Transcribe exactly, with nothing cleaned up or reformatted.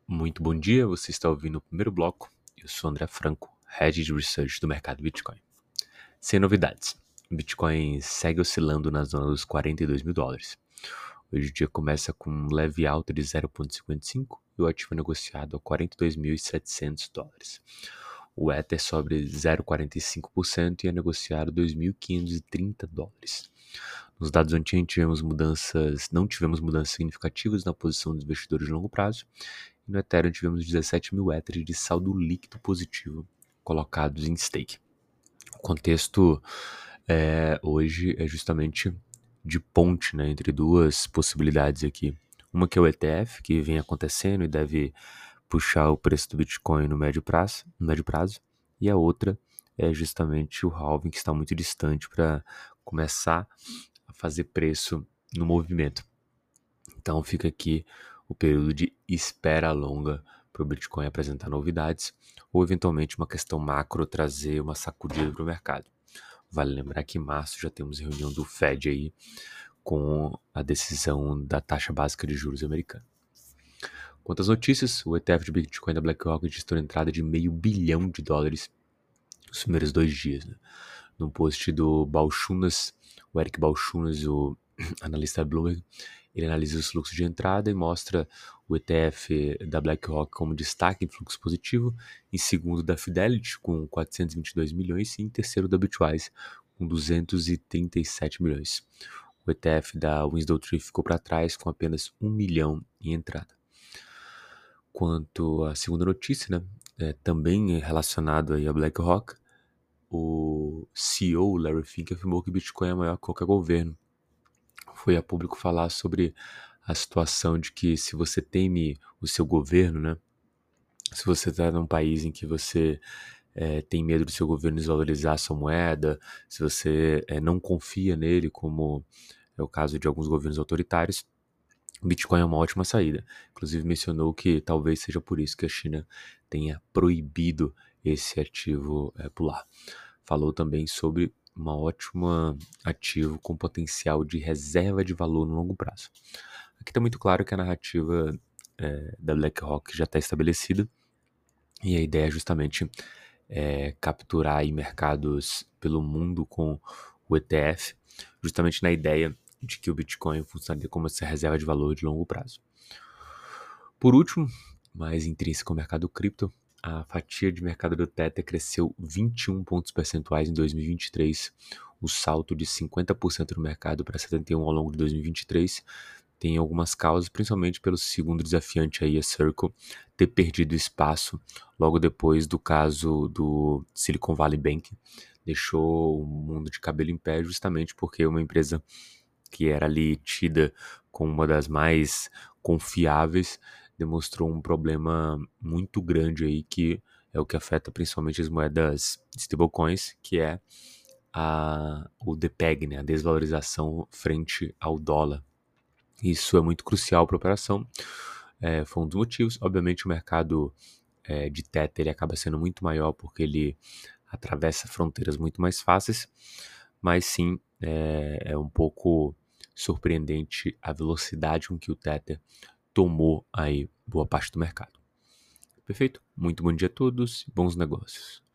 Muito bom dia, você está ouvindo o primeiro bloco. Eu sou André Franco, Head de Research do mercado Bitcoin. Sem novidades, o Bitcoin segue oscilando na zona dos quarenta e dois mil dólares. Hoje o dia começa com um leve alta de zero vírgula cinquenta e cinco e o ativo é negociado a quarenta e dois mil e setecentos dólares. O Ether sobe zero vírgula quarenta e cinco por cento e é negociado dois mil quinhentos e trinta dólares. Nos dados on-chain tivemos mudanças, não tivemos mudanças significativas na posição dos investidores de longo prazo. E no Ethereum tivemos dezessete mil Ethers de saldo líquido positivo colocados em stake. O contexto é, hoje é justamente de ponte, né, entre duas possibilidades aqui. Uma que é o E T F, que vem acontecendo e deve puxar o preço do Bitcoin no médio prazo, no médio prazo. E a outra é justamente o halving, que está muito distante para começar a fazer preço no movimento. Então fica aqui o período de espera longa para o Bitcoin apresentar novidades ou eventualmente uma questão macro trazer uma sacudida para o mercado. Vale lembrar que em março já temos reunião do Fed aí com a decisão da taxa básica de juros americana. Quanto às notícias, o E T F de Bitcoin da BlackRock registrou entrada de meio bilhão de dólares nos primeiros dois dias. Né? No post do Balchunas, o Eric Balchunas, o analista Bloomberg, ele analisa os fluxos de entrada e mostra o E T F da BlackRock como destaque em fluxo positivo, em segundo da Fidelity com quatrocentos e vinte e dois milhões e em terceiro da Bitwise com duzentos e trinta e sete milhões. O E T F da WisdomTree ficou para trás com apenas um milhão em entrada. Quanto à segunda notícia, né, é, também relacionado aí a BlackRock, o C E O Larry Fink afirmou que o Bitcoin é maior que qualquer governo. Foi a público falar sobre a situação de que se você teme o seu governo, né? Se você está num país em que você é, tem medo do seu governo desvalorizar a sua moeda, se você é, não confia nele, como é o caso de alguns governos autoritários, Bitcoin é uma ótima saída. Inclusive mencionou que talvez seja por isso que a China tenha proibido esse ativo é, por lá. Falou também sobre uma ótima ativo com potencial de reserva de valor no longo prazo. Aqui está muito claro que a narrativa é, da BlackRock já está estabelecida e a ideia é justamente é, capturar aí mercados pelo mundo com o E T F, justamente na ideia de que o Bitcoin funcionaria como essa reserva de valor de longo prazo. Por último, mais intrínseco ao mercado cripto, a fatia de mercado do Tether cresceu vinte e um pontos percentuais em dois mil e vinte e três. O salto de cinquenta por cento do mercado para setenta e um por cento ao longo de dois mil e vinte e três tem algumas causas, principalmente pelo segundo desafiante aí, a Circle, ter perdido espaço logo depois do caso do Silicon Valley Bank. Deixou o mundo de cabelo em pé justamente porque uma empresa que era ali tida como uma das mais confiáveis demonstrou um problema muito grande aí, que é o que afeta principalmente as moedas stablecoins, que é a, o depeg, né, a desvalorização frente ao dólar. Isso é muito crucial para a operação, é, foi um dos motivos. Obviamente o mercado é, de Tether ele acaba sendo muito maior porque ele atravessa fronteiras muito mais fáceis, mas sim, é, é um pouco surpreendente a velocidade com que o Tether tomou aí boa parte do mercado. Perfeito? Muito bom dia a todos e bons negócios.